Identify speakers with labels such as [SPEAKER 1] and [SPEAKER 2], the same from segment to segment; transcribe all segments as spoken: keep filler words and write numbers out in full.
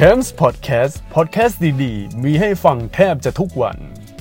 [SPEAKER 1] Camps Podcast Podcast ดีๆมีให้ฟังแทบจะทุกวัน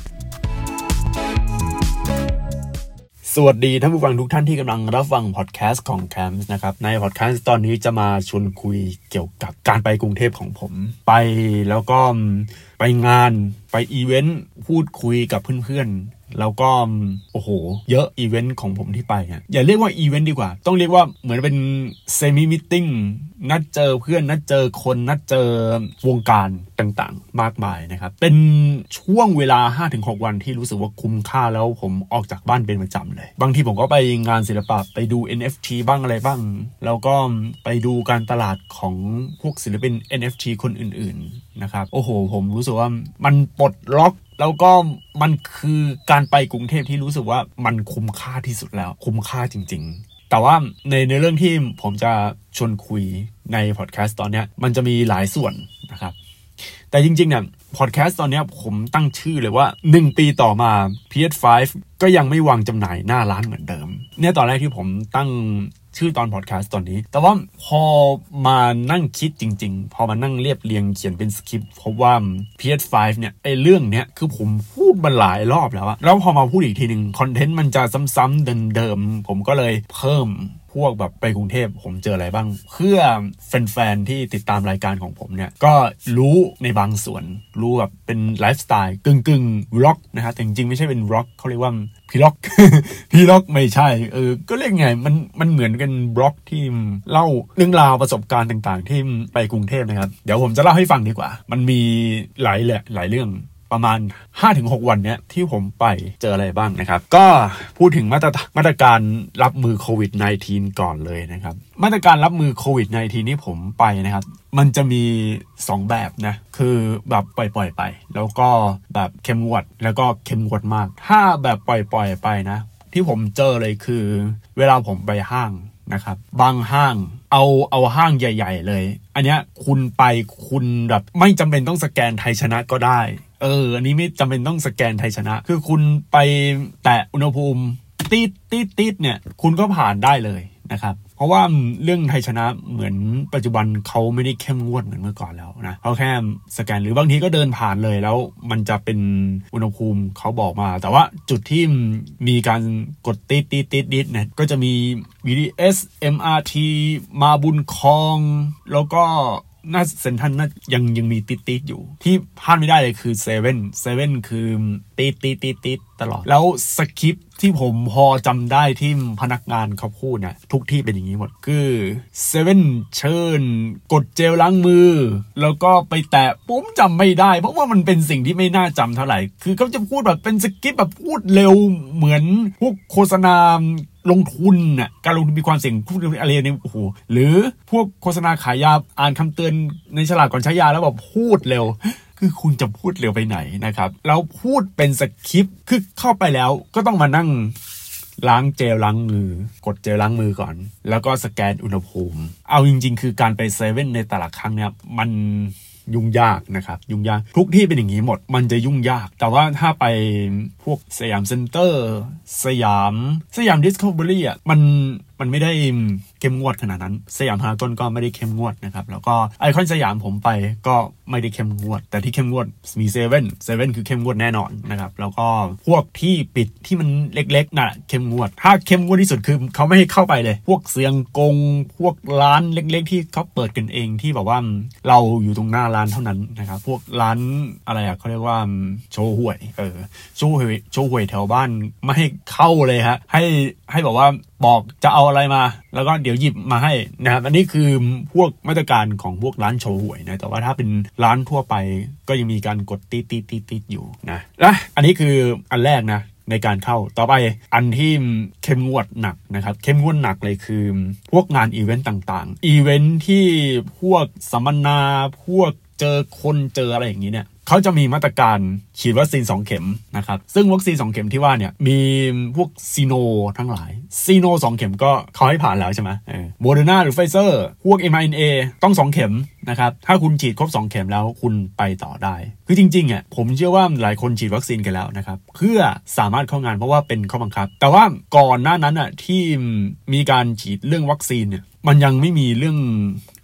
[SPEAKER 1] สวัสดีท่านผู้ฟังทุกท่านที่กำลังรับฟังพอดแคสต์ของ Camps นะครับในพอดแคสต์ตอนนี้จะมาชวนคุยเกี่ยวกับการไปกรุงเทพของผมไปแล้วก็ไปงานไปอีเวนต์พูดคุยกับเพื่อนๆแล้วก็โอ้โหเยอะอีเวนต์ของผมที่ไปเนี่ยอย่าเรียกว่าอีเวนต์ดีกว่าต้องเรียกว่าเหมือนเป็นเซมิมิทติ้งนัดเจอเพื่อนนัดเจอคนนัดเจอวงการต่างๆมากมายนะครับเป็นช่วงเวลา ห้าถึงหก วันที่รู้สึกว่าคุ้มค่าแล้วผมออกจากบ้านเป็นประจำเลยบางทีผมก็ไปงานศิลปะไปดู เอ็น เอฟ ที บ้างอะไรบ้างแล้วก็ไปดูการตลาดของพวกศิลปิน เอ็น เอฟ ที คนอื่นๆนะครับโอ้โหผมรู้สึกว่ามันปลดล็อกแล้วก็มันคือการไปกรุงเทพที่รู้สึกว่ามันคุ้มค่าที่สุดแล้วคุ้มค่าจริงๆแต่ว่าในในเรื่องที่ผมจะชวนคุยในพอดแคสต์ตอนนี้มันจะมีหลายส่วนนะครับแต่จริงๆเนี่ยพอดแคสต์ตอนนี้ผมตั้งชื่อเลยว่าหนึ่งปีต่อมา พี เอส ไฟว์ ก็ยังไม่วางจำหน่ายหน้าร้านเหมือนเดิมเนี่ยตอนแรกที่ผมตั้งชื่อตอนพอดแคสต์ตอนนี้แต่ว่าพอมานั่งคิดจริงๆพอมานั่งเรียบเรียงเขียนเป็นสคริปต์เพราะว่า พี เอส ไฟว์ เนี่ยไอ้เรื่องเนี้ยคือผมพูดมาหลายรอบแล้วอะแล้วพอมาพูดอีกทีนึงคอนเทนต์มันจะซ้ำๆเดิมๆผมก็เลยเพิ่มพวกแบบไปกรุงเทพผมเจออะไรบ้างเพื่อแฟนๆที่ติดตามรายการของผมเนี่ยก็รู้ในบางส่วนรู้แบบเป็นไลฟ์สไตล์กึ่งๆวล็อกนะฮะแต่จริงๆไม่ใช่เป็นวล็อกเขาเรียกว่าพีล็อก พีล็อกไม่ใช่เออก็เรียกไงมันมันเหมือนกันบล็อกที่เล่าเรื่องราวประสบการณ์ต่างๆที่ไปกรุงเทพนะครับเดี๋ยวผมจะเล่าให้ฟังดีกว่ามันมีหลายแหละหลายเรื่องประมาณ ห้าถึงหก วันเนี้ยที่ผมไปเจออะไรบ้างนะครับก็พูดถึงมาตรมาตรการรับมือโควิด สิบเก้า ก่อนเลยนะครับมาตรการรับมือโควิด สิบเก้า ที่ผมไปนะครับมันจะมีสองแบบนะคือแบบปล่อยๆไปแล้วก็แบบเข้มงวดแล้วก็เข้มงวดมากถ้าแบบปล่อยๆไปนะที่ผมเจอเลยคือเวลาผมไปห้างนะครับบางห้างเอาเอาห้างใหญ่ๆเลยอันเนี้ยคุณไปคุณแบบไม่จำเป็นต้องสแกนไทยชนะก็ได้เอออันนี้ไม่จำเป็นต้องสแกนไทยชนะคือคุณไปแตะอุณหภูมิติดติดติดเนี่ยคุณก็ผ่านได้เลยนะครับเพราะว่าเรื่องไทยชนะเหมือนปัจจุบันเขาไม่ได้เข้มงวดเหมือนเมื่อก่อนแล้วนะเขาแค่สแกนหรือบางทีก็เดินผ่านเลยแล้วมันจะเป็นอุณหภูมิเขาบอกมาแต่ว่าจุดที่มีการกดติดติดติดติดเนี่ยก็จะมี บี ที เอส เอ็ม อาร์ ที มาบุญครองแล้วก็น่าเซ็นทรัลน่ายังยังมีติดติดอยู่ที่พลาดไม่ได้เลยคือเซเว่นเซเว่นคือติดติดติดติดตลอดแล้วสคริปต์ที่ผมพอจำได้ที่พนักงานเขาพูดเนี่ยทุกที่เป็นอย่างนี้หมดคือเซเว่นเชิญกดเจลล้างมือแล้วก็ไปแตะผมจำไม่ได้เพราะว่ามันเป็นสิ่งที่ไม่น่าจำเท่าไหร่คือเขาจะพูดแบบเป็นสคริปต์แบบพูดเร็วเหมือนพวกโฆษณาลงทุนน่ะการลงทุนมีความเสี่ยงพูดอะไรเนี่ยโอ้โหหรือพวกโฆษณาขายยาอ่านคำเตือนในฉลากก่อนใช้ยาแล้วแบบพูดเร็วคือคุณจะพูดเร็วไปไหนนะครับแล้วพูดเป็นสคริปต์คือเข้าไปแล้วก็ต้องมานั่งล้างเจลล้างมือกดเจลล้างมือก่อนแล้วก็สแกนอุณหภูมิเอาจริงๆคือการไปเซเว่นในแต่ละครั้งเนี่ยมันยุ่งยากนะครับยุ่งยากทุกที่เป็นอย่างนี้หมดมันจะยุ่งยากแต่ว่าถ้าไปพวกสยามเซ็นเตอร์สยามสยามดิสคัฟเวอรี่อ่ะมันมันไม่ได้เข้มงวดขนาดนั้นสยามพารากอนก็ไม่ได้เข้มงวดนะครับแล้วก็ไอคอนสยามผมไปก็ไม่ได้เข้มงวดแต่ที่เข้มงวดมีเซเว่นเซเว่นคือเข้มงวดแน่นอนนะครับแล้วก็พวกที่ปิดที่มันเล็กๆน่ะเข้มงวดถ้าเข้มงวดที่สุดคือเขาไม่ให้เข้าไปเลยพวกเสียงกงพวกร้านเล็กๆที่เขาเปิดกันเองที่แบบว่าเราอยู่ตรงหน้าร้านเท่านั้นนะครับพวกร้านอะไรอ่ะเขาเรียกว่าโชว์หวยเออโชว์หวยโชว์หวยแถวบ้านไม่ให้เข้าเลยฮะให้ให้บอกว่าบอกจะเอาอะไรมาแล้วก็เดี๋ยวหยิบมาให้นะครับอันนี้คือพวกมาตรการของพวกร้านโชว์หวยนะแต่ว่าถ้าเป็นร้านทั่วไปก็ยังมีการกดติดติดติดติดอยู่นะและอันนี้คืออันแรกนะในการเข้าต่อไปอันที่เข้มงวดหนักนะครับเข้มงวดหนักเลยคือพวกงานอีเวนต์ต่างๆอีเวนต์ที่พวกสัมมนาพวกเจอคนเจออะไรอย่างนี้เนี่ยเขาจะมีมาตรการฉีดวัคซีนสองเข็มนะครับซึ่งวัคซีนสองเข็มที่ว่าเนี่ยมีพวกซีโนทั้งหลายซีโนสองเข็มก็เขาให้ผ่านแล้วใช่ไหมเออโมเดอร์นาหรือไฟเซอร์พวก เอ็ม อาร์ เอ็น เอ ต้องสองเข็มนะครับถ้าคุณฉีดครบสองเข็มแล้วคุณไปต่อได้คือจริงๆอ่ะผมเชื่อว่าหลายคนฉีดวัคซีนกันแล้วนะครับเพื่อสามารถเข้างานเพราะว่าเป็นข้อบังคับแต่ว่าก่อนหน้านั้นอ่ะที่มีการฉีดเรื่องวัคซีนเนี่ยมันยังไม่มีเรื่อง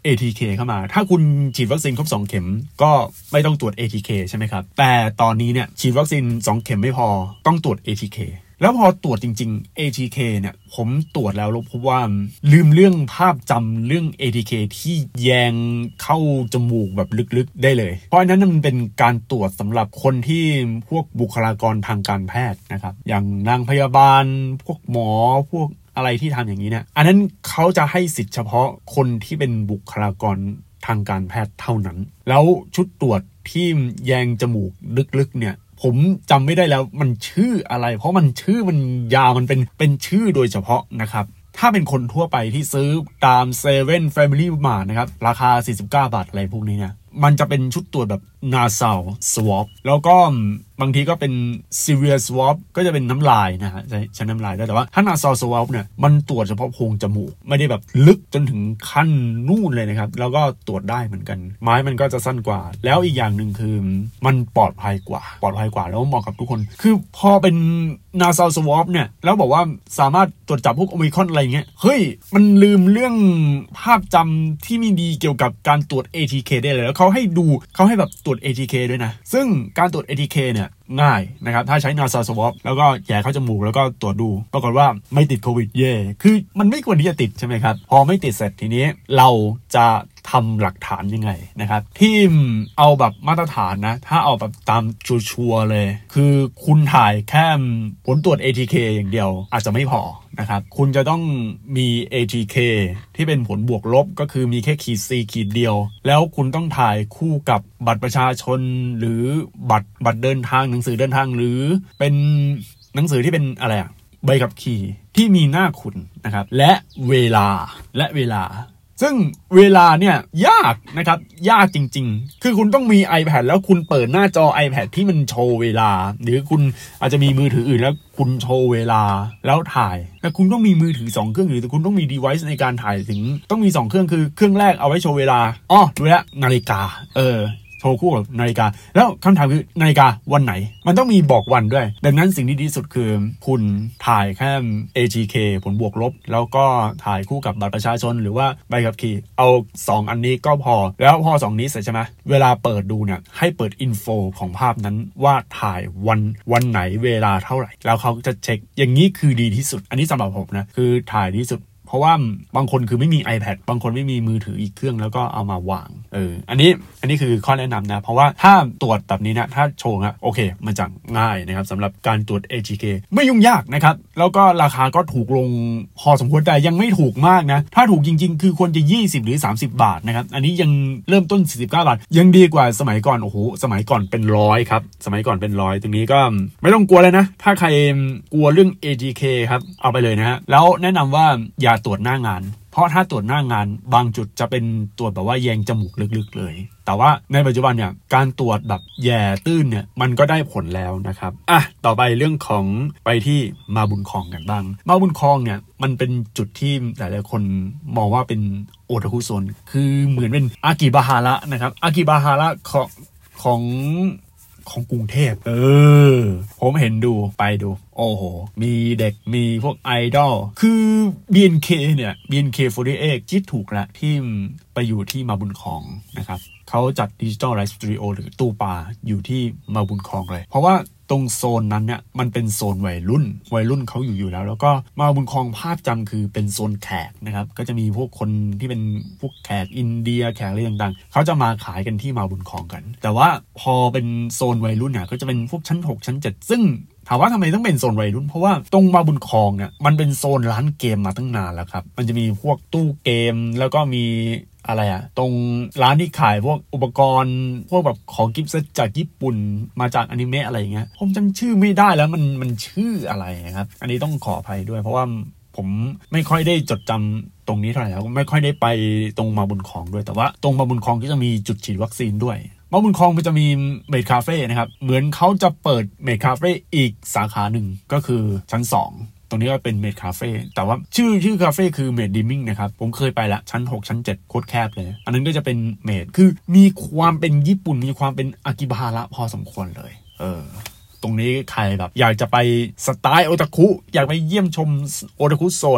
[SPEAKER 1] เอ ที เค เข้ามาถ้าคุณฉีดวัคซีนครบสองเข็มก็ไม่ต้องตรวจ เอ ที เค ใช่ไหมครับแต่ตอนนี้เนี่ยฉีดวัคซีนสองเข็มไม่พอต้องตรวจ เอ ที เค แล้วพอตรวจจริงๆ เอ ที เค เนี่ยผมตรวจแล้วพบว่าลืมเรื่องภาพจำเรื่อง เอ ที เค ที่แยงเข้าจมูกแบบลึกๆได้เลยเพราะฉะนั้นมันเป็นการตรวจสำหรับคนที่พวกบุคลากรทางการแพทย์นะครับอย่างนางพยาบาลพวกหมอพวกอะไรที่ทำอย่างนี้เนี่ยอันนั้นเขาจะให้สิทธิ์เฉพาะคนที่เป็นบุคลากรทางการแพทย์เท่านั้นแล้วชุดตรวจที่แยงจมูกลึกๆเนี่ยผมจำไม่ได้แล้วมันชื่ออะไรเพราะมันชื่อมันยาวมันเป็นเป็นชื่อโดยเฉพาะนะครับถ้าเป็นคนทั่วไปที่ซื้อตามเซเว่น Family Mart นะครับราคาสี่สิบเก้าบาทอะไรพวกนี้เนี่ยมันจะเป็นชุดตรวจแบบ nasal swab แล้วก็บางทีก็เป็น severe swab ก็จะเป็นน้ำลายนะฮะใช้ใช้น้ำลายได้แต่ว่าถ้า nasal swab เนี่ยมันตรวจเฉพาะโพรงจมูกไม่ได้แบบลึกจนถึงขั้นนู่นเลยนะครับแล้วก็ตรวจได้เหมือนกันไม้มันก็จะสั้นกว่าแล้วอีกอย่างหนึ่งคือมันปลอดภัยกว่าปลอดภัยกว่าแล้วเหมาะกับทุกคนคือพอเป็น nasal swab เนี่ยแล้วบอกว่าสามารถตรวจจับพวกโอมิครอนอะไรเงี้ยเฮ้ยมันลืมเรื่องภาพจำที่ไม่ดีเกี่ยวกับการตรวจ เอ ที เค ได้เลยแล้วเขาให้ดูเขาให้แบบตรวจ เอ ที เค ด้วยนะซึ่งการตรวจ เอ ที เค เนี่ยง่ายนะครับถ้าใช้ nasal swab แล้วก็แย่เข้าจมูกแล้วก็ตรวจดูปรากฏว่าไม่ติดโควิดเย่คือมันไม่ควรที่จะติดใช่ไหมครับพอไม่ติดเสร็จทีนี้เราจะทำหลักฐานยังไงนะครับที่เอาแบบมาตรฐานนะถ้าเอาแบบตามชัวร์เลยคือคุณถ่ายแค่ผลตรวจ เอ ที เค อย่างเดียวอาจจะไม่พอนะครับคุณจะต้องมี เอ ที เค ที่เป็นผลบวกลบก็คือมีแค่ขีด C ขีดเดียวแล้วคุณต้องถ่ายคู่กับบัตรประชาชนหรือบัตรบัตรเดินทางหนังสือเดินทางหรือเป็นหนังสือที่เป็นอะไรอะใบขับขี่ที่มีหน้าคุณนะครับและเวลาและเวลาซึ่งเวลาเนี่ยยากนะครับยากจริงๆคือคุณต้องมี iPad แล้วคุณเปิดหน้าจอ iPad ที่มันโชว์เวลาหรือคุณอาจจะมีมือถืออื่นแล้วคุณโชว์เวลาแล้วถ่ายแต่คุณต้องมีมือถือสองเครื่องหรือคุณต้องมี device ในการถ่ายถึงต้องมีสองเครื่องคือเครื่องแรกเอาไว้โชว์เวลาอ้อดูแล้วนาฬิกาเออโชว์คู่กับนาฬิกาแล้วคำถามคือนาฬิกาวันไหนมันต้องมีบอกวันด้วยดังนั้นสิ่งที่ดีที่สุดคือคุณถ่ายแค่ เอ ที เค ผลบวกลบแล้วก็ถ่ายคู่กับบัตรประชาชนหรือว่าใบขับขี่เอาสองอันนี้ก็พอแล้วพอสองนี้เสร็จใช่ไหมเวลาเปิดดูเนี่ยให้เปิดอินโฟของภาพนั้นว่าถ่ายวันวันไหนเวลาเท่าไหร่แล้วเขาจะเช็คอย่างนี้คือดีที่สุดอันนี้สำหรับผมนะคือถ่ายดีที่สุดเพราะว่าบางคนคือไม่มี iPad บางคนไม่มีมือถืออีกเครื่องแล้วก็เอามาวางเอออันนี้อันนี้คือข้อแนะนำนะเพราะว่าถ้าตรวจแบบนี้นะถ้าโชว์นะโอเคมันจะง่ายนะครับสำหรับการตรวจ เอ ที เค ไม่ยุ่งยากนะครับแล้วก็ราคาก็ถูกลงพอสมควรแต่ยังไม่ถูกมากนะถ้าถูกจริงๆคือควรจะยี่สิบหรือสามสิบบาทนะครับอันนี้ยังเริ่มต้นสี่สิบเก้าบาทยังดีกว่าสมัยก่อนโอ้โหสมัยก่อนเป็นร้อยครับสมัยก่อนเป็นร้อยตรงนี้ก็ไม่ต้องกลัวเลยนะถ้าใครกลัวเรื่อง เอ ที เค ครับเอาไปเลยนะฮะแล้วแนะนำว่าอย่าตรวจหน้างานเพราะถ้าตรวจหน้างานบางจุดจะเป็นตรวจแบบว่าแยงจมูกลึกๆเลยแต่ว่าในปัจจุบันเนี่ยการตรวจแบบแย่ตื้นเนี่ยมันก็ได้ผลแล้วนะครับอ่ะต่อไปเรื่องของไปที่มาบุญครองกันบ้างมาบุญครองเนี่ยมันเป็นจุดที่หลายๆคนมองว่าเป็นโอทาคุโซนคือเหมือนเป็นอากิบาฮาระนะครับอากิบาฮาระของของของกรุงเทพเออผมเห็นดูไปดูโอ้โหมีเด็กมีพวกไอดอลคือ บี เอ็น เค เนี่ย บี เอ็น เค สี่สิบแปดคิดถูกแล้วที่ไปอยู่ที่มาบุญครองนะครับเขาจัดดิจิทัลไลฟ์สตูดิโอหรือตู้ปลาอยู่ที่มาบุญครองเลยเพราะว่าตรงโซนนั้นเนี่ยมันเป็นโซนวัยรุ่นวัยรุ่นเขาอยู่อยู่แล้วแล้วก็มาบุญครองภาพจำคือเป็นโซนแขกนะครับก็จะมีพวกคนที่เป็นพวกแขกอินเดียแขกอะไรต่างๆเขาจะมาขายกันที่มาบุญครองกันแต่ว่าพอเป็นโซนวัยรุ่นเนี่ยก็จะเป็นพวกชั้นหกชั้นเจ็ดซึ่งถามว่าทำไมต้องเป็นโซนวัยรุ่นเพราะว่าตรงมาบุญครองเนี่ยมันเป็นโซนร้านเกมมาตั้งนานแล้วครับมันจะมีพวกตู้เกมแล้วก็มีอะไรอะตรงร้านที่ขายพวกอุปกรณ์พวกแบบของกิฟต์เซตจากญี่ปุ่นมาจากอนิเมะอะไรอย่างเงี้ยผมจำชื่อไม่ได้แล้วมันมันชื่ออะไรครับอันนี้ต้องขออภัยด้วยเพราะว่าผมไม่ค่อยได้จดจำตรงนี้เท่าไหร่แล้วไม่ค่อยได้ไปตรงมาบุญครองด้วยแต่ว่าตรงมาบุญครองก็จะมีจุดฉีดวัคซีนด้วยมาบุญครองมันจะมีเมดคาเฟ่นะครับเหมือนเขาจะเปิดเมดคาเฟ่อีกสาขาหนึ่งก็คือชั้นสองตรงนี้ก็เป็นเมดคาเฟ่แต่ว่าชื่อชื่อคาเฟ่คือเมดดิมมิ่งนะครับผมเคยไปละชั้นหกชั้นเจ็ดโคตรแคบเลยอันนั้นก็จะเป็นเมดคือมีความเป็นญี่ปุ่นมีความเป็นอากิบาฮาระพอสมควรเลยเออตรงนี้ใครแบบอยากจะไปสไตล์โอตาคุอยากไปเยี่ยมชมโอตาคุโซนนะครับ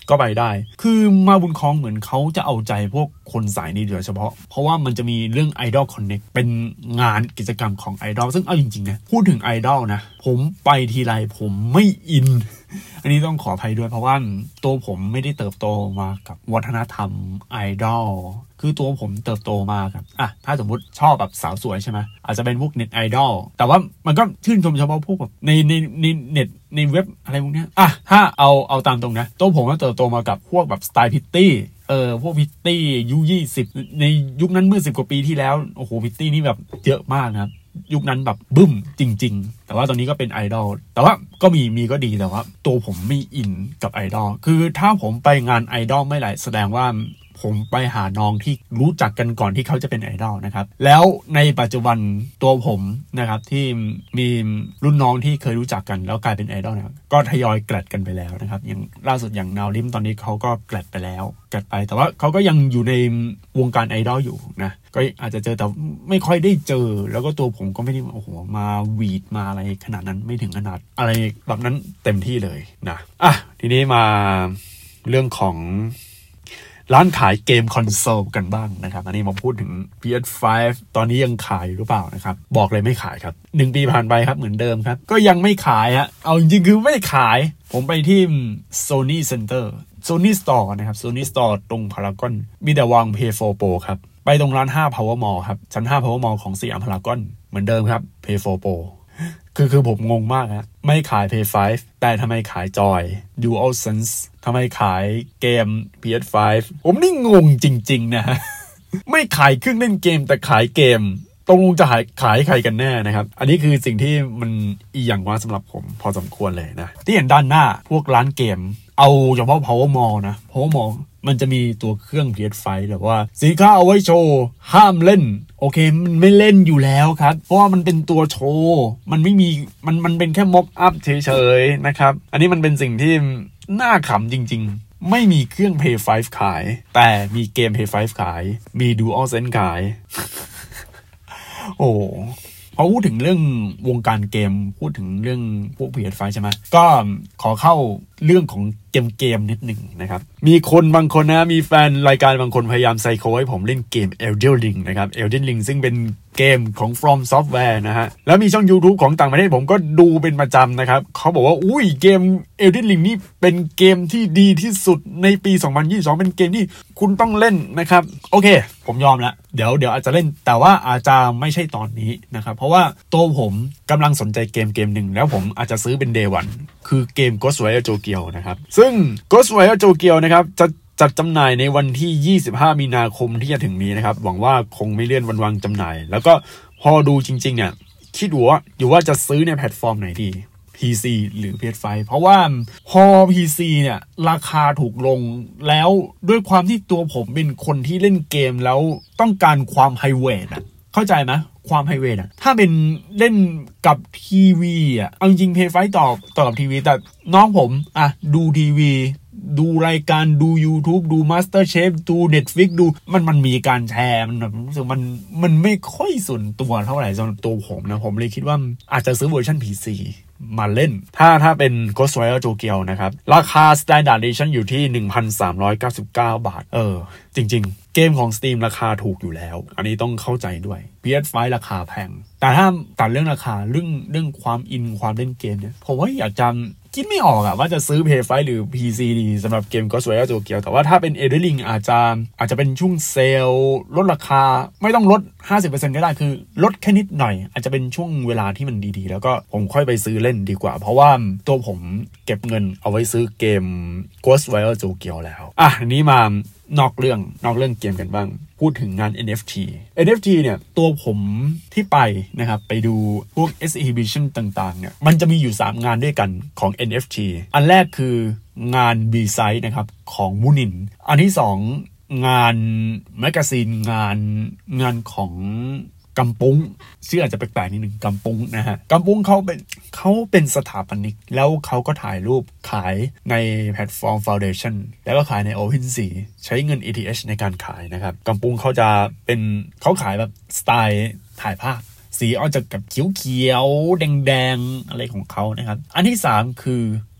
[SPEAKER 1] ก็ไปได้คือมาบุญครองเหมือนเขาจะเอาใจพวกคนสายนี้โดยเฉพาะเพราะว่ามันจะมีเรื่อง Idol Connect เป็นงานกิจกรรมของ Idol ซึ่งเอาจริงๆนะพูดถึง Idol นะผมไปทีไรผมไม่อินอันนี้ต้องขออภัยด้วยเพราะว่าตัวผมไม่ได้เติบโตมากับวัฒนธรรม Idol คือตัวผมเติบโตมาครับอ่ะถ้าสมมติชอบแบบสาวสวยใช่ไหมอาจจะเป็นพวกเน็ตไอดอลแต่ว่ามันก็ชื่นชมเฉพาะพวกแบบในในในเน็ตในเว็บอะไรพวกนี้อ่ะถ้าเอาเอาตามตรงนะตัวผมก็เติบโตมากับพวกแบบสไตล์พิตตี้เออพวกพิตตี้ยูยี่สิบในยุคนั้นเมื่อสิบกว่าปีที่แล้วโอ้โหพิตตี้นี่แบบเยอะมากนะครับยุคนั้นแบบบึ้มจริงๆแต่ว่าตอนนี้ก็เป็นไอดอลแต่ว่าก็มีมีก็ดีแต่ว่าตัวผมไม่อินกับไอดอลคือถ้าผมไปงานไอดอลไม่ไหลแสดงว่าผมไปหาน้องที่รู้จักกันก่อนที่เขาจะเป็นไอดอลนะครับแล้วในปัจจุบันตัวผมนะครับที่มีรุ่นน้องที่เคยรู้จักกันแล้วกลายเป็นไอดอลนะครับก็ทยอยแกลดกันไปแล้วนะครับอย่างล่าสุดอย่างนาวลิมตอนนี้เขาก็แกลดไปแล้วแกลดไปแต่ว่าเขาก็ยังอยู่ในวงการไอดอลอยู่นะก็อาจจะเจอแต่ไม่ค่อยได้เจอแล้วก็ตัวผมก็ไม่ได้โอ้โหมาวีดมาอะไรขนาดนั้นไม่ถึงขนาดอะไรแบบนั้นเต็มที่เลยนะอ่ะทีนี้มาเรื่องของร้านขายเกมคอนโซลกันบ้างนะครับอันนี้มาพูดถึง พี เอส ไฟว์ ตอนนี้ยังขายหรือเปล่านะครับบอกเลยไม่ขายครับหนึ่งปีผ่านไปครับเหมือนเดิมครับก็ยังไม่ขายฮะเอาจริงๆคือไม่ขายผมไปที่ Sony Center Sony Store นะครับ Sony Store ตรงพารากอนมีแต่วาง พี โฟร์ Pro ครับไปตรงร้านห้า Power Mall ครับชั้นห้า Power Mall ของสยามพารากอนเหมือนเดิมครับ พี โฟร์ Proคือคือผมงงมากฮะไม่ขาย พี ไฟว์ แต่ทำไมขายจอย DualSense ทำไมขายเกม พี เอส ไฟว์ ผมนี่งงจริงๆนะฮะ ไม่ขายเครื่องเล่นเกมแต่ขายเกมตรงจะขายขายใครกันแน่นะครับอันนี้คือสิ่งที่มันอีอย่างว่าสำหรับผมพอสมควรเลยนะที่เห็นด้านหน้าพวกร้านเกมเอาเฉพาะ Power Mall นะ Power Mall มันจะมีตัวเครื่อง พี เอส ไฟว์ แบบว่าสินค้าเอาไว้โชว์ห้ามเล่นโอเคมันไม่เล่นอยู่แล้วครับเพราะว่ามันเป็นตัวโชว์มันไม่มีมันมันเป็นแค่ม็อกอัพเฉยๆนะครับอันนี้มันเป็นสิ่งที่น่าขำจริงๆไม่มีเครื่อง พี ไฟว์ ขายแต่มีเกม พี ไฟว์ ขายมี DualSense ขาย โอ้พอพูดถึงเรื่องวงการเกมพูดถึงเรื่องพวก พี เอส ไฟว์ ใช่ไหมก็ขอเข้าเรื่องของเกมเกมนิดหนึ่งนะครับมีคนบางคนนะมีแฟนรายการบางคนพยายามไซโคให้ผมเล่นเกม Elden Ring นะครับ Elden Ring ซึ่งเป็นเกมของ From Software นะฮะแล้วมีช่อง YouTube ของต่างประเทศผมก็ดูเป็นประจำนะครับเขาบอกว่าอุ้ยเกม Elden Ring นี่เป็นเกมที่ดีที่สุดในปีสองพันยี่สิบสองเป็นเกมที่คุณต้องเล่นนะครับโอเคผมยอมแล้วเดี๋ยวเดี๋ยวอาจจะเล่นแต่ว่าอาจจะไม่ใช่ตอนนี้นะครับเพราะว่าตัวผมกำลังสนใจเกมเกมหนึ่งแล้วผมอาจจะซื้อเป็น Day One คือเกม Ghostwire Tokyo นะครับซึ่ง Ghostwire Tokyo นะครับจะจัดจำหน่ายในวันที่ยี่สิบห้ามีนาคมที่จะถึงนี้นะครับหวังว่าคงไม่เลื่อนวันวางจำหน่ายแล้วก็พอดูจริงๆเนี่ยคิดว่าอยู่ว่าจะซื้อในแพลตฟอร์มไหนดี พี ซี หรือ พี เอส ไฟว์ เพราะว่าพอ พี ซี เนี่ยราคาถูกลงแล้วด้วยความที่ตัวผมเป็นคนที่เล่นเกมแล้วต้องการความไฮเวทอ่ะเข้าใจไหมความไฮเวทอ่ะถ้าเป็นเล่นกับทีวีอ่ะเอาจริง พี เอส ไฟว์ ต่อต่อกับทีวีแต่น้องผมอ่ะดูทีวีดูรายการดู YouTube ดู MasterChef ดู Netflix ดูมันมันมีการแชร์มันแบบรู้สึกมันมันไม่ค่อยส่วนตัวเท่าไหร่สำหรับตัวผมนะผมเลยคิดว่าอาจจะซื้อเวอร์ชัน พี ซี มาเล่นถ้าถ้าเป็น Ghostwire Tokyo นะครับราคา Standard Edition อยู่ที่ หนึ่งพันสามร้อยเก้าสิบเก้า บาทเออจริงๆเกมของ Steam ราคาถูกอยู่แล้วอันนี้ต้องเข้าใจด้วย พี เอส ไฟว์ ราคาแพงแต่ถ้าตัดเรื่องราคาเรื่องเรื่องความอินความเล่นเกมเนี่ยผมว่าอยากจำคิดไม่ออกอะว่าจะซื้อ พี เอส ไฟว์ หรือ พี ซี ดีสำหรับเกม Ghostwire Tokyo แต่ว่าถ้าเป็น Elden Ring อาจจะอาจจะเป็นช่วงเซลล์ลดราคาไม่ต้องลด ห้าสิบเปอร์เซ็นต์ ก็ได้คือลดแค่นิดหน่อยอาจจะเป็นช่วงเวลาที่มันดีๆแล้วก็ผมค่อยไปซื้อเล่นดีกว่าเพราะว่าตัวผมเก็บเงินเอาไว้ซื้อเกม Ghostwire Tokyo แล้วอ่ะอันนี้มานอกเรื่องนอกเรื่องเกมกันบ้างพูดถึงงาน เอ็น เอฟ ที เอ็น เอฟ ที เนี่ยตัวผมที่ไปนะครับไปดูพวก exhibition ต่างๆเนี่ยมันจะมีอยู่สามงานด้วยกันของ เอ็น เอฟ ที อันแรกคืองาน B-Side นะครับของมูนินอันที่สองงานแมกกาซีนงานงานของกำปุ้งชื่ออาจจะแปลกๆนิดนึงกำปุ้งนะฮะกำปุ้งเขาเป็นเขาเป็นสถาปนิกแล้วเขาก็ถ่ายรูปขายในแพลตฟอร์ม Foundation แล้วก็ขายใน OpenSea ใช้เงิน อี ที เอช ในการขายนะครับกำปุ้งเขาจะเป็นเขาขายแบบสไตล์ถ่ายภาพสีออกจากกับเขียวๆแดงๆอะไรของเขานะครับอันที่สามคือ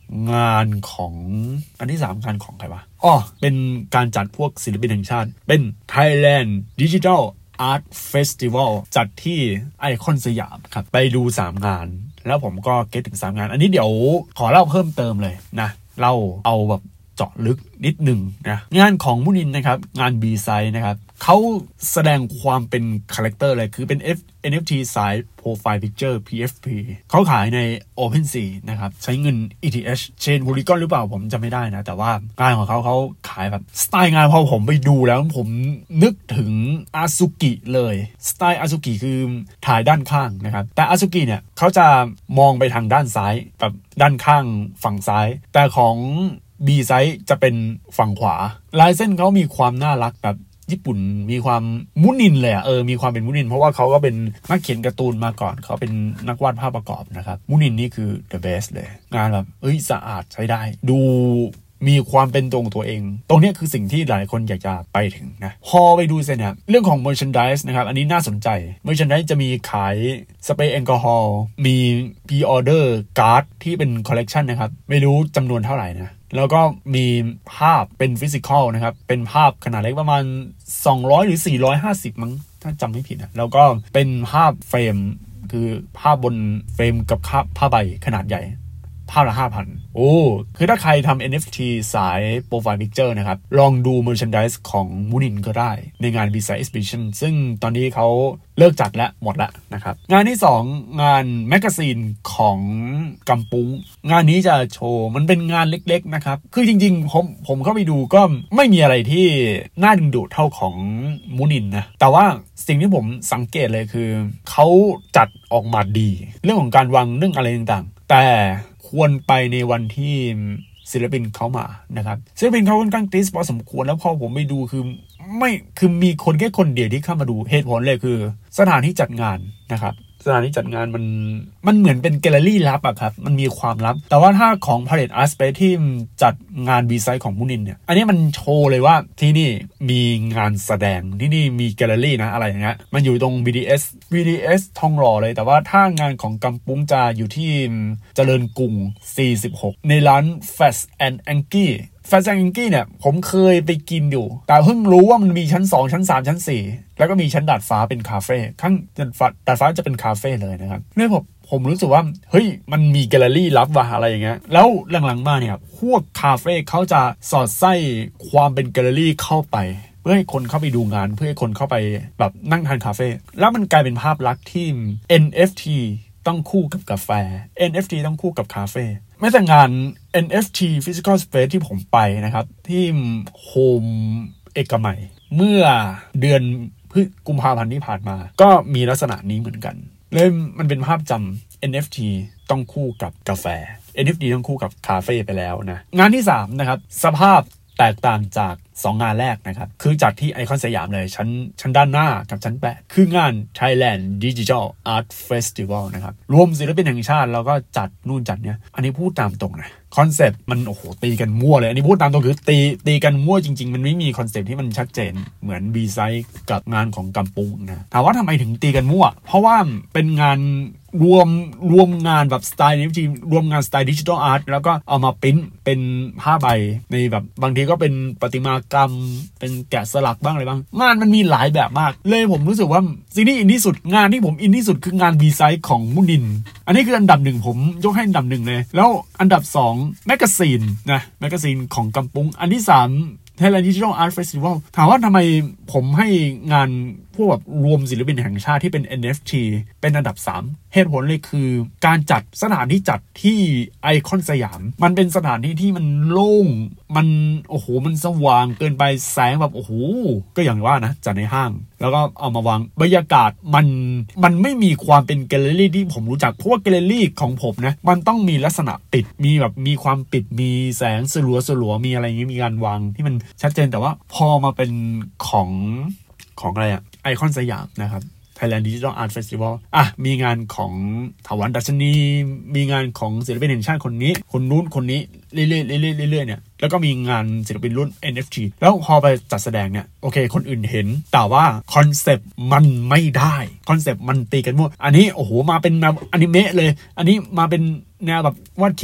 [SPEAKER 1] งานของอันที่สามงานของใครวะอ๋อเป็นการจัดพวกศิลปินแห่งชาติเป็น Thailand Digital Art Festival จัดที่ไอคอนสยามครับไปดูสามงานแล้วผมก็เก็ตถึงสามงานอันนี้เดี๋ยวขอเล่าเพิ่มเติมเลยนะเล่าเอาแบบเจาะลึกนิดหนึ่งนะงานของมุนินนะครับงาน B-Side นะครับเขาแสดงความเป็นคาแรคเตอร์เลยคือเป็น F เอ็น เอฟ ที Side Profile Picture พี เอฟ พี เขาขายใน OpenSea นะครับใช้เงิน อี ที เอช Chain Polygon หรือเปล่าผมจำไม่ได้นะแต่ว่างานของเขาเขาขายแบบสไตล์งานพอผมไปดูแล้วผมนึกถึงอาซุกิเลยสไตล์อาซุกิคือถ่ายด้านข้างนะครับแต่อาซุกิเนี่ยเขาจะมองไปทางด้านซ้ายแบบด้านข้างฝั่งซ้ายแต่ของ B-Side จะเป็นฝั่งขวาลายเส้นเขามีความน่ารักแบบญี่ปุ่นมีความมุนินเลยอ่ะเออมีความเป็นมุนินเพราะว่าเขาก็เป็นนักเขียนการ์ตูนมาก่อนเขาเป็นนักวาดภาพประกอบนะครับมุนินนี่คือ the best เลยงานแบบเอ้ยสะอาดใช้ได้ดูมีความเป็นตัวของตัวเองตรงนี้คือสิ่งที่หลายคนอยากจะไปถึงนะพอไปดูเสร็จเนี่ยเรื่องของ merchandise นะครับอันนี้น่าสนใจ merchandise จะมีขายสเปรย์แอลกอฮอล์มี pre-order card ที่เป็น collection นะครับไม่รู้จำนวนเท่าไหร่นะแล้วก็มีภาพเป็นฟิสิกอลนะครับเป็นภาพขนาดเล็กประมาณสองร้อยหรือสี่ร้อยห้าสิบมั้งถ้าจำไม่ผิดนะแล้วก็เป็นภาพเฟรมคือภาพบนเฟรมกับผ้าใบขนาดใหญ่ภาพละ ห้าพัน โอ้คือถ้าใครทำ เอ็น เอฟ ที สาย Profile Picture นะครับลองดู Merchandise ของมูนินก็ได้ในงาน B-Side Exhibition ซึ่งตอนนี้เขาเลิกจัดแล้วหมดแล้วนะครับงานที่สองงานแมกกาซีนของกัมปุ้งงานนี้จะโชว์มันเป็นงานเล็กๆนะครับคือจริงๆผมผมเข้าไปดูก็ไม่มีอะไรที่น่าดึงดูดเท่าของมูนินนะแต่ว่าสิ่งที่ผมสังเกตเลยคือเขาจัดออกมาดีเรื่องของการวางเรื่องอะไรต่างๆแต่ควรไปในวันที่ศิลปินเขามานะครับศิลปินเขาค่อนข้างติสพอสมควรแล้วพอผมไปดูคือไม่คือมีคนแค่คนเดียวที่เข้ามาดูเหตุผลเลยคือสถานที่จัดงานนะครับสถานที่จัดงานมันมันเหมือนเป็นแกลเลอรี่ลับอะครับมันมีความลับแต่ว่าถ้าของ Parade Art Space ที่จัดงาน B-Side ของมุนินเนี่ยอันนี้มันโชว์เลยว่าที่นี่มีงานแสดงที่นี่มีแกลเลอรี่นะอะไรอย่างเงี้ยมันอยู่ตรง บี ดี เอส บี ดี เอส ทองหล่อเลยแต่ว่าถ้างานของกัมปุ้งจะอยู่ที่เจริญกรุงสี่สิบหกในร้าน Fast and Ankyแฟชั่นอิงกี้เนี่ยผมเคยไปกินอยู่แต่เพิ่งรู้ว่ามันมีชั้นสองชั้นสามชั้นสี่แล้วก็มีชั้นดาดฟ้าเป็นคาเฟ่ข้างดาดฟ้าจะเป็นคาเฟ่เลยนะครับเนี่ยผมผมรู้สึกว่าเฮ้ยมันมีแกลเลอรี่ลับว่ะอะไรอย่างเงี้ยแล้วหลังๆมาเนี่ยพวกคาเฟ่เขาจะสอดไส้ความเป็นแกลเลอรี่เข้าไปเพื่อให้คนเข้าไปดูงานเพื่อให้คนเข้าไปแบบนั่งทานคาเฟ่แล้วมันกลายเป็นภาพลักษณ์ที่ เอ็น เอฟ ที ต้องคู่กับกาแฟ เอ็น เอฟ ที ต้องคู่กับคาเฟ่แม้แต่งาน เอ็น เอฟ ที Physical Space ที่ผมไปนะครับที่โฮมเอกมัยเมื่อเดือนพฤษกุมภาพันธ์ที่ผ่านมาก็มีลักษณะนี้เหมือนกันเลยมันเป็นภาพจำ เอ็น เอฟ ที ต้องคู่กับกาแฟ เอ็น เอฟ ที ต้องคู่กับคาเฟ่ไปแล้วนะงานที่สามนะครับสภาพแตกต่างจากสองงานแรกนะครับคือจัดที่ไอคอนสยามเลยชั้นชั้นด้านหน้ากับชั้นแปดคืองาน Thailand Digital Art Festival นะครับรวมศิลปินแห่งชาติแล้วก็จัดนู่นจัดเนี้ยอันนี้พูดตามตรงนะคอนเซปต์มันโอ้โหตีกันมั่วเลยอันนี้พูดตามตรงคือตีตีกันมั่วจริงๆมันไม่มีคอนเซปต์ที่มันชัดเจนเหมือน B-Side กับงานของกัมปุ้งนะถามว่าทำไมถึงตีกันมั่วเพราะว่าเป็นงานรวมรวมงานแบบสไตล์นี้จริงรวมงานสไตล์ดิจิทัลอาร์ตแล้วก็เอามาพิมพ์เป็นผ้าใบในแบบบางทีก็เป็นประติมากรรมเป็นแกะสลักบ้างอะไรบ้างงานมันมีหลายแบบมากเลยผมรู้สึกว่าสิ่งที่อินที่สุดงานที่ผมอินที่สุดคืองาน B-Side ของมุนินอันนี้คืออันดับหนึ่งผมยกให้อันดับหนึ่งเลยแล้วอันดับสองแมกกาซีนนะแมกกาซีนของกัมปุ้งอันที่สาม Thailand Digital Art Festival ถามว่าทำไมผมให้งานพวกแบบรวมศิลปินแห่งชาติที่เป็น เอ็น เอฟ ที เป็นอันดับสามเหตุผลเลยคือการจัดสถานที่จัดที่ไอคอนสยามมันเป็นสถานที่ที่มันโล่งมันโอ้โหมันสว่างเกินไปแสงแบบโอ้โหก็อย่างว่านะจัดในห้างแล้วก็เอามาวางบรรยากาศมันมันไม่มีความเป็นแกลเลอรี่ที่ผมรู้จักเพราะว่าแกลเลอรี่ของผมนะมันต้องมีลักษณะปิดมีแบบมีความปิดมีแสงสลัวสลัวมีอะไรอย่างนี้มีการวางที่มันชัดเจนแต่ว่าพอมาเป็นของของอะไรอะไอคอนสยามนะครับ Thailand Digital Art Festival อ่ะมีงานของถวันดัชนีมีงานของศิลปินแห่งชาติคนนี้คนนู้นคนนี้เรื่อยๆเรื่อยๆเนี่ยแล้วก็มีงานศิลปินรุ่น เอ็น เอฟ ที แล้วพอไปจัดแสดงเนี่ยโอเคคนอื่นเห็นแต่ว่าคอนเซปต์มันไม่ได้คอนเซปต์มันตีกันมั่วอันนี้โอ้โหมาเป็นแนวอนิเมะเลยอันนี้มาเป็นแนวแบบวาดเขียน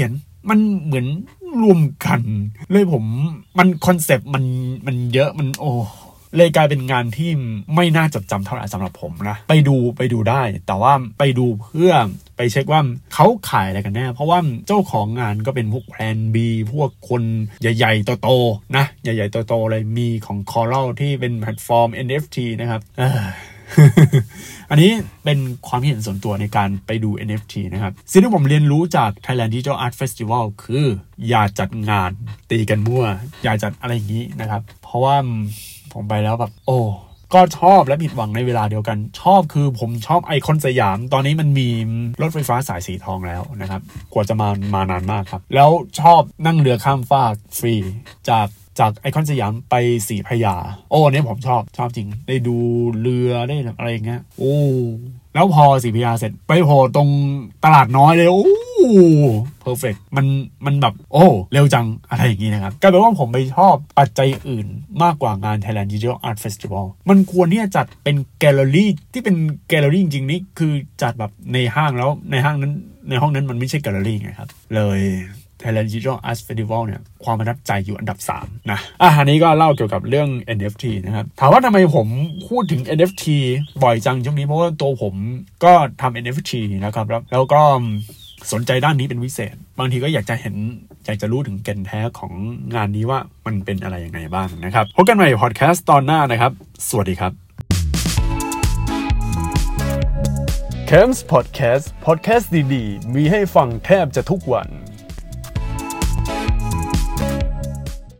[SPEAKER 1] มันเหมือนรวมกันเลยผมมันคอนเซปต์มันมันเยอะมันโอ้เลยกลายเป็นงานที่ไม่น่าจดจำเท่าไหร่สำหรับผมนะไปดูไปดูได้แต่ว่าไปดูเพื่อไปเช็คว่าเขาขายอะไรกันแน่เพราะว่าเจ้าของงานก็เป็นพวกแบรนด์ B พวกคนใหญ่ๆโตๆนะใหญ่ๆโตๆเลยมีของ Coral ที่เป็นแพลตฟอร์ม เอ็น เอฟ ที นะครับ อันนี้เป็นความเห็นส่วนตัวในการไปดู เอ็น เอฟ ที นะครับสิ่งที่ผมเรียนรู้จาก Thailand Digital Art Festival คืออย่าจัดงานตีกันมั่วอย่าจัดอะไรอย่างนี้นะครับเพราะว่าผมไปแล้วแบบโอ้ก็ชอบและผิดหวังในเวลาเดียวกันชอบคือผมชอบไอคอนสยามตอนนี้มันมีรถไฟฟ้าสายสีทองแล้วนะครับกว่าจะมามานานมากครับแล้วชอบนั่งเรือข้ามฟากฟรีจากจากไอคอนสยามไปสีพระยาโอ้เนี่ยผมชอบชอบจริงได้ดูเรือได้อะไรอย่างเงี้ยโอ้แล้วพอสีพระยาเสร็จไปโผล่ตรงตลาดน้อยเลยโอ้เพอร์เฟกต์มันมันแบบโอ้เร็วจังอะไรอย่างงี้นะครับกลายเป็นว่าผมไปชอบปัจจัยอื่นมากกว่างาน Thailand Digital Art Festival มันควรที่จะจัดเป็นแกลเลอรี่ที่เป็นแกลเลอรี่จริงๆนี่คือจัดแบบในห้างแล้วในห้างนั้นในห้องนั้นมันไม่ใช่แกลเลอรี่ไงครับเลย Thailand Digital Art Festival เนี่ยความประทับใจอยู่อันดับสามนะอ่ะอันนี้ก็เล่าเกี่ยวกับเรื่อง เอ็น เอฟ ที นะครับถามว่าทำไมผมพูดถึง เอ็น เอฟ ที บ่อยจังช่วงนี้เพราะว่าตัวผมก็ทำ เอ็น เอฟ ที นะครับแล้วแล้วก็สนใจด้านนี้เป็นพิเศษบางทีก็อยากจะเห็นอยากจะรู้ถึงแก่นแท้ของงานนี้ว่ามันเป็นอะไรยังไงบ้างนะครับพบกันใหม่พอดแคสต์ตอนหน้านะครับสวัสดีครับ เค อี เอ็ม เอส Podcast Podcast ดีๆมีให้ฟังแทบจะทุกวัน